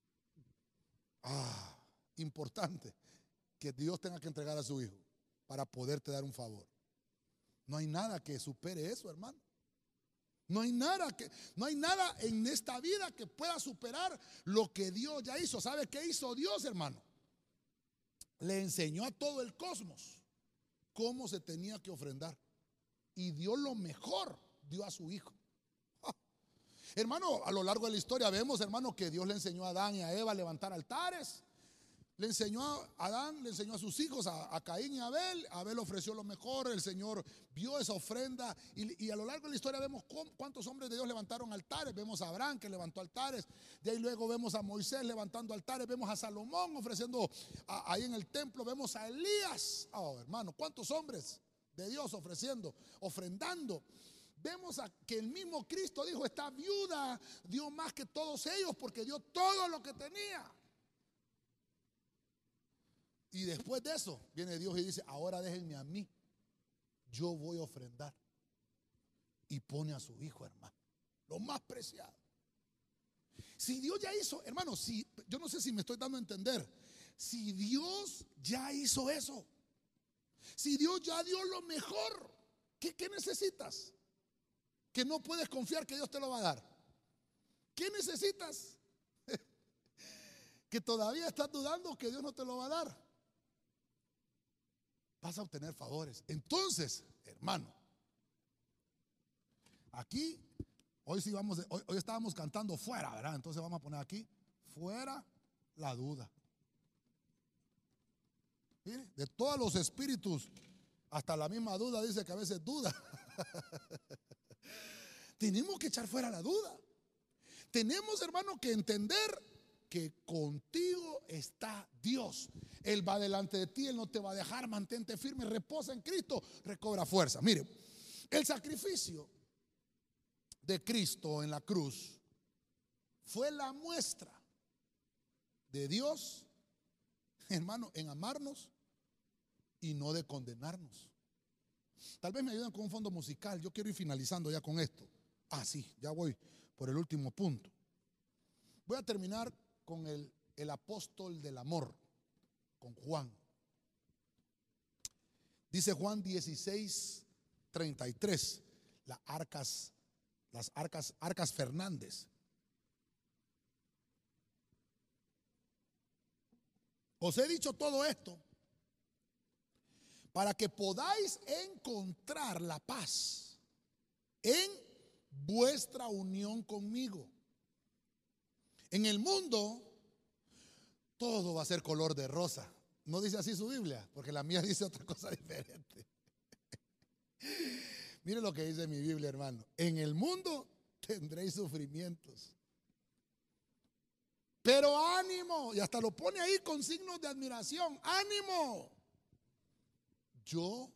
importante que Dios tenga que entregar a su Hijo para poderte dar un favor. No hay nada que supere eso, hermano. No hay nada en esta vida que pueda superar lo que Dios ya hizo. ¿Sabe qué hizo Dios, hermano? Le enseñó a todo el cosmos cómo se tenía que ofrendar. Y dio lo mejor, dio a su Hijo. Hermano, a lo largo de la historia vemos, hermano, que Dios le enseñó a Adán y a Eva a levantar altares. Le enseñó a Adán, le enseñó a sus hijos, a Caín y a Abel. Abel ofreció lo mejor. El Señor vio esa ofrenda. Y a lo largo de la historia vemos cuántos hombres de Dios levantaron altares. Vemos a Abraham que levantó altares. De ahí luego vemos a Moisés levantando altares. Vemos a Salomón ofreciendo ahí en el templo. Vemos a Elías. Oh, hermano, cuántos hombres de Dios ofrendando. Vemos que el mismo Cristo dijo: esta viuda dio más que todos ellos porque dio todo lo que tenía. Y después de eso viene Dios y dice: ahora déjenme a mí, yo voy a ofrendar. Y pone a su hijo, hermano, lo más preciado. Si Dios ya hizo, hermano, yo no sé si me estoy dando a entender. Si Dios ya hizo eso, si Dios ya dio lo mejor, ¿qué necesitas? Que no puedes confiar que Dios te lo va a dar. ¿Qué necesitas? Que todavía estás dudando que Dios no te lo va a dar. Vas a obtener favores. Entonces, hermano, aquí hoy sí hoy estábamos cantando fuera, ¿verdad? Entonces vamos a poner aquí: fuera la duda. Mire, de todos los espíritus, hasta la misma duda dice que a veces duda. Tenemos que echar fuera la duda. Tenemos, hermano, que entender que contigo está Dios. Él va delante de ti, Él no te va a dejar. Mantente firme, reposa en Cristo, recobra fuerza. Mire, el sacrificio de Cristo en la cruz fue la muestra de Dios, hermano, en amarnos y no de condenarnos. Tal vez me ayuden con un fondo musical. Yo quiero ir finalizando ya con esto. Sí, ya voy por el último punto. Voy a terminar con el apóstol del amor, con Juan. Dice Juan 16:33, las arcas Fernández. Os he dicho todo esto para que podáis encontrar la paz en vuestra unión conmigo. En el mundo todo va a ser color de rosa. No dice así su Biblia, porque la mía dice otra cosa diferente. Mire lo que dice mi Biblia, hermano: en el mundo tendréis sufrimientos, pero ánimo. Y hasta lo pone ahí con signos de admiración: ánimo, yo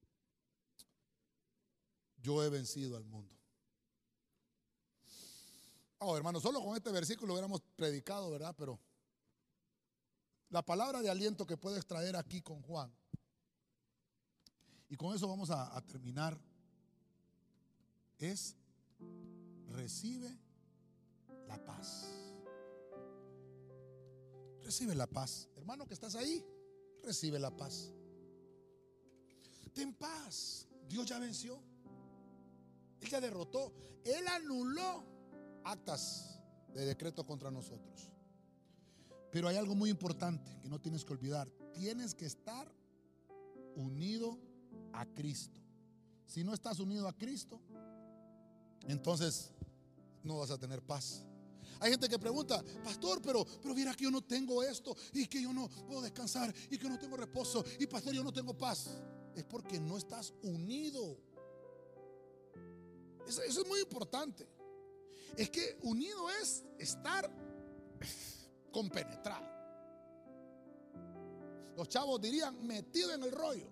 he vencido al mundo. Hermano, solo con este versículo hubiéramos predicado, ¿verdad? Pero la palabra de aliento que puedo extraer aquí con Juan, y con eso vamos a terminar, es: recibe la paz. Recibe la paz. Hermano que estás ahí, recibe la paz. Ten paz. Dios ya venció. Él ya derrotó. Él anuló actas de decreto contra nosotros. Pero hay algo muy importante que no tienes que olvidar: tienes que estar unido a Cristo. Si no estás unido a Cristo, entonces no vas a tener paz. Hay gente que pregunta: pastor, pero mira que yo no tengo esto, y que yo no puedo descansar, y que no tengo reposo, y pastor, yo no tengo paz. Es porque no estás unido. Eso es muy importante. Es que unido es estar compenetrado. Los chavos dirían: metido en el rollo.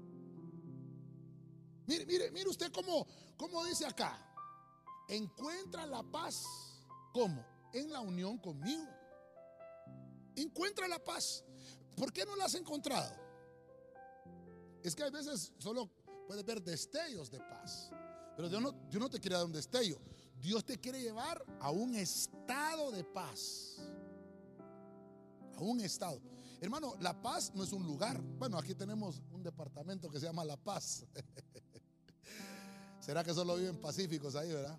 Mire usted cómo dice acá: encuentra la paz. ¿Cómo? En la unión conmigo. Encuentra la paz. ¿Por qué no la has encontrado? Es que a veces solo puedes ver destellos de paz, pero Dios no te quiere dar un destello. Dios te quiere llevar a un estado de paz. A un estado. Hermano, la paz no es un lugar. Bueno, aquí tenemos un departamento que se llama La Paz. ¿Será que solo viven pacíficos ahí, verdad?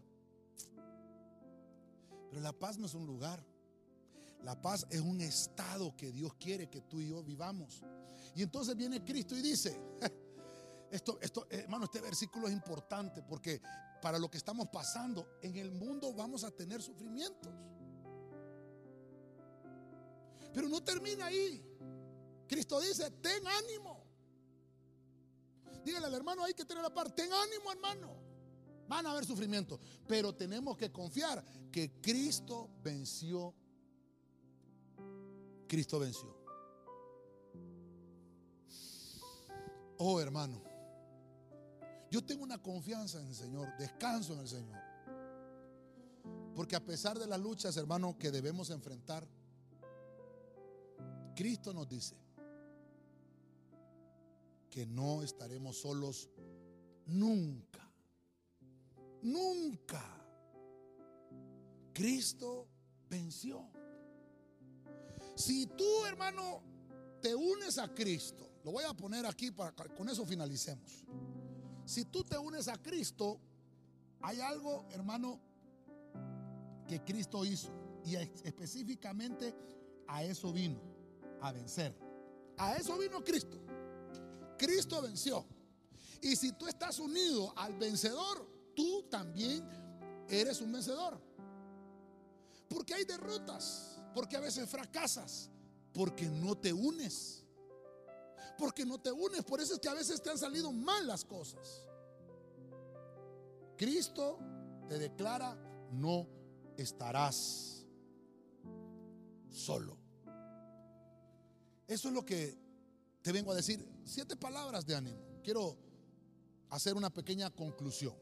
Pero la paz no es un lugar. La paz es un estado que Dios quiere que tú y yo vivamos. Y entonces viene Cristo y dice: hermano, este versículo es importante, porque para lo que estamos pasando en el mundo vamos a tener sufrimientos. Pero no termina ahí. Cristo dice: ten ánimo. Dígale al hermano ahí que tiene la par: ten ánimo, hermano. Van a haber sufrimiento, pero tenemos que confiar que Cristo venció. Cristo venció. Oh, hermano, yo tengo una confianza en el Señor, descanso en el Señor, porque a pesar de las luchas, hermano, que debemos enfrentar, Cristo nos dice que no estaremos solos nunca. Nunca. Cristo venció. Si tú, hermano, te unes a Cristo, lo voy a poner aquí para con eso finalicemos. Si tú te unes a Cristo, hay algo, hermano, que Cristo hizo, y específicamente a eso vino, a vencer. A eso vino Cristo. Cristo venció. Y si tú estás unido al vencedor, tú también eres un vencedor. Porque hay derrotas, porque a veces fracasas, porque no te unes. Porque no te unes, por eso es que a veces te han salido mal las cosas. Cristo te declara: no estarás solo. Eso es lo que te vengo a decir. 7 palabras de ánimo. Quiero hacer una pequeña conclusión.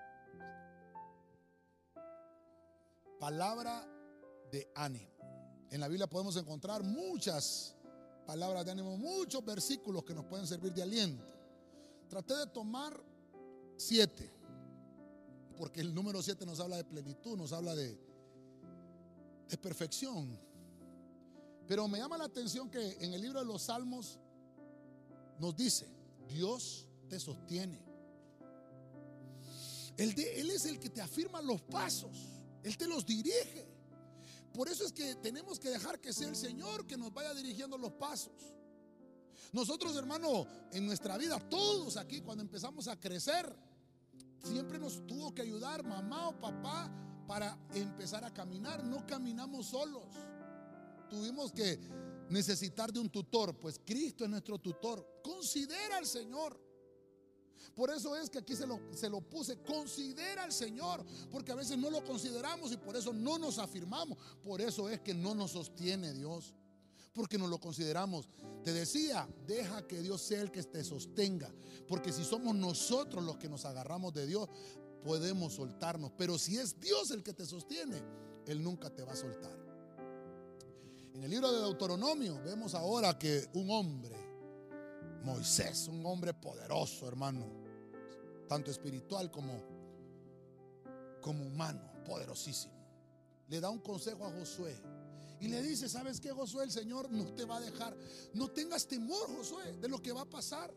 Palabra de ánimo. En la Biblia podemos encontrar muchas palabras de ánimo, muchos versículos que nos pueden servir de aliento. Traté de tomar 7, porque el número 7 nos habla de plenitud, nos habla de perfección. Pero me llama la atención que en el libro de los Salmos nos dice: Dios te sostiene. Él es el que te afirma los pasos. Él te los dirige. Por eso es que tenemos que dejar que sea el Señor que nos vaya dirigiendo los pasos. Nosotros, hermano, en nuestra vida, todos aquí, cuando empezamos a crecer, siempre nos tuvo que ayudar mamá o papá para empezar a caminar. No caminamos solos. Tuvimos que necesitar de un tutor. Pues Cristo es nuestro tutor. Considera al Señor. Por eso es que aquí se lo puse: considera al Señor, porque a veces no lo consideramos y por eso no nos afirmamos. Por eso es que no nos sostiene Dios, porque no lo consideramos. Te decía: deja que Dios sea el que te sostenga, porque si somos nosotros los que nos agarramos de Dios, podemos soltarnos. Pero si es Dios el que te sostiene, Él nunca te va a soltar. En el libro de Deuteronomio vemos ahora que un hombre, Moisés, un hombre poderoso, hermano, tanto espiritual como humano, poderosísimo, le da un consejo a Josué y le dice: ¿sabes qué, Josué? El Señor no te va a dejar. No tengas temor, Josué, de lo que va a pasar.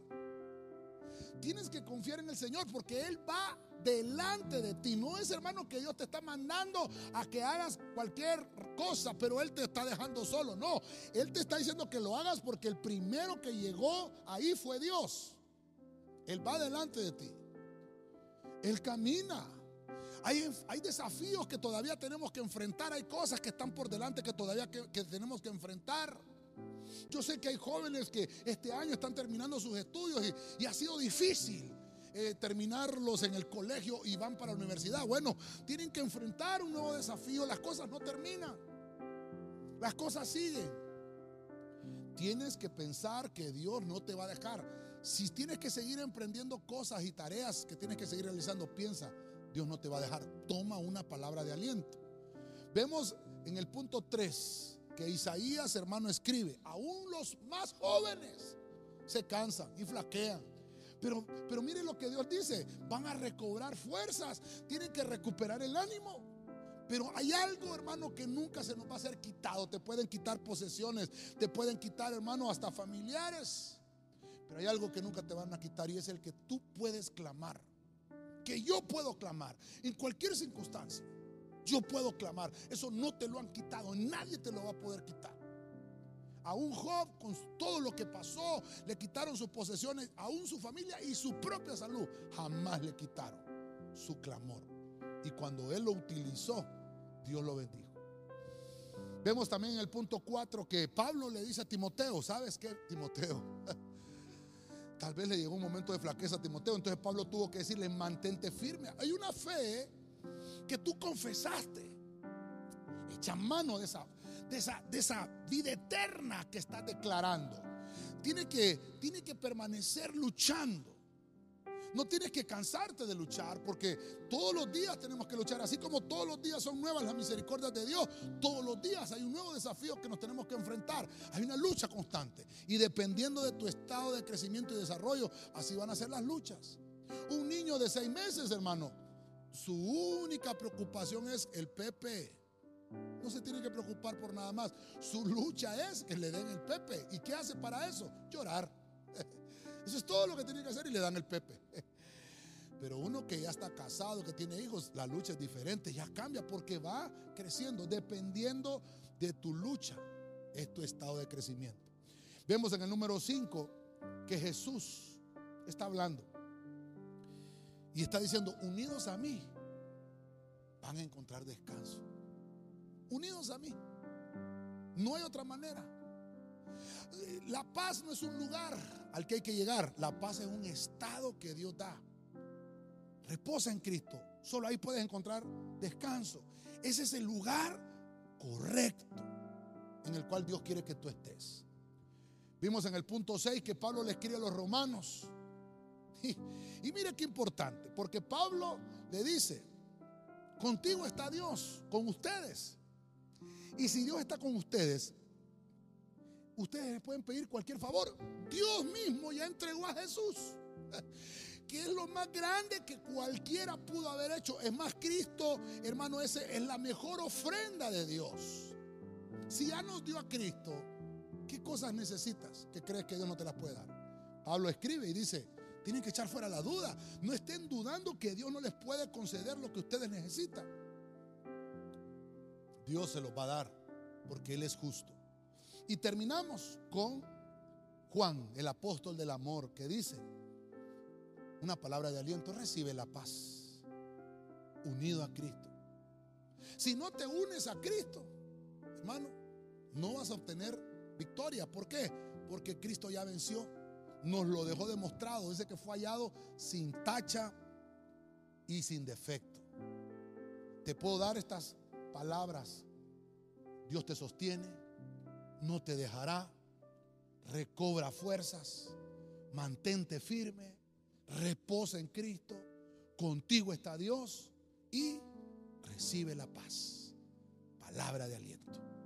Tienes que confiar en el Señor, porque Él va delante de ti. No es, hermano, que Dios te está mandando a que hagas cualquier cosa, pero Él te está dejando solo. No, Él te está diciendo que lo hagas porque el primero que llegó ahí fue Dios. Él va delante de ti. Él camina. Hay desafíos que todavía tenemos que enfrentar. Hay cosas que están por delante que todavía que tenemos que enfrentar. Yo sé que hay jóvenes que este año están terminando sus estudios y ha sido difícil terminarlos en el colegio y van para la universidad. Bueno, tienen que enfrentar un nuevo desafío. Las cosas no terminan, las cosas siguen. Tienes que pensar que Dios no te va a dejar. Si tienes que seguir emprendiendo cosas y tareas que tienes que seguir realizando, piensa: Dios no te va a dejar. Toma una palabra de aliento. Vemos en el punto 3 que Isaías, hermano, escribe: aún los más jóvenes se cansan y flaquean. Pero miren lo que Dios dice: van a recobrar fuerzas, tienen que recuperar el ánimo. Pero hay algo, hermano, que nunca se nos va a ser quitado. Te pueden quitar posesiones, te pueden quitar, hermano, hasta familiares. Pero hay algo que nunca te van a quitar, y es el que tú puedes clamar. Que yo puedo clamar en cualquier circunstancia. Yo puedo clamar. Eso no te lo han quitado. Nadie te lo va a poder quitar. Aún Job, con todo lo que pasó, le quitaron sus posesiones, aún su familia y su propia salud. Jamás le quitaron su clamor. Y cuando él lo utilizó, Dios lo bendijo. Vemos también en el punto 4 que Pablo le dice a Timoteo, ¿sabes qué, Timoteo? Tal vez le llegó un momento de flaqueza a Timoteo, entonces Pablo tuvo que decirle, mantente firme. Hay una fe que tú confesaste, echa mano de esa vida eterna que estás declarando. Tiene que permanecer luchando. No tienes que cansarte de luchar, porque todos los días tenemos que luchar. Así como todos los días son nuevas las misericordias de Dios, todos los días hay un nuevo desafío que nos tenemos que enfrentar. Hay una lucha constante, y dependiendo de tu estado de crecimiento y desarrollo, así van a ser las luchas. Un niño de 6 meses, hermano, su única preocupación es el Pepe. No se tiene que preocupar por nada más. Su lucha es que le den el Pepe. ¿Y qué hace para eso? Llorar. Eso es todo lo que tiene que hacer, y le dan el Pepe. Pero uno que ya está casado, que tiene hijos, la lucha es diferente, ya cambia, porque va creciendo. Dependiendo de tu lucha es tu estado de crecimiento. Vemos en el número 5 que Jesús está hablando y está diciendo, unidos a mí van a encontrar descanso. Unidos a mí, no hay otra manera. La paz no es un lugar al que hay que llegar. La paz es un estado que Dios da. Reposa en Cristo. Solo ahí puedes encontrar descanso. Ese es el lugar correcto en el cual Dios quiere que tú estés. Vimos en el punto 6 que Pablo le escribe a los romanos. Y mire qué importante, porque Pablo le dice, contigo está Dios, con ustedes. Y si Dios está con ustedes, ustedes pueden pedir cualquier favor. Dios mismo ya entregó a Jesús, que es lo más grande que cualquiera pudo haber hecho. Es más, Cristo, hermano, ese es la mejor ofrenda de Dios. Si ya nos dio a Cristo, ¿qué cosas necesitas que crees que Dios no te las puede dar? Pablo escribe y dice, tienen que echar fuera la duda. No estén dudando que Dios no les puede conceder lo que ustedes necesitan. Dios se los va a dar, porque Él es justo. Y terminamos con Juan, el apóstol del amor, que dice una palabra de aliento: recibe la paz, unido a Cristo. Si no te unes a Cristo, hermano, no vas a obtener victoria. ¿Por qué? Porque Cristo ya venció, nos lo dejó demostrado. Dice que fue hallado sin tacha y sin defecto. Te puedo dar estas palabras: Dios te sostiene, no te dejará, recobra fuerzas, mantente firme, reposa en Cristo, contigo está Dios y recibe la paz. Palabra de aliento.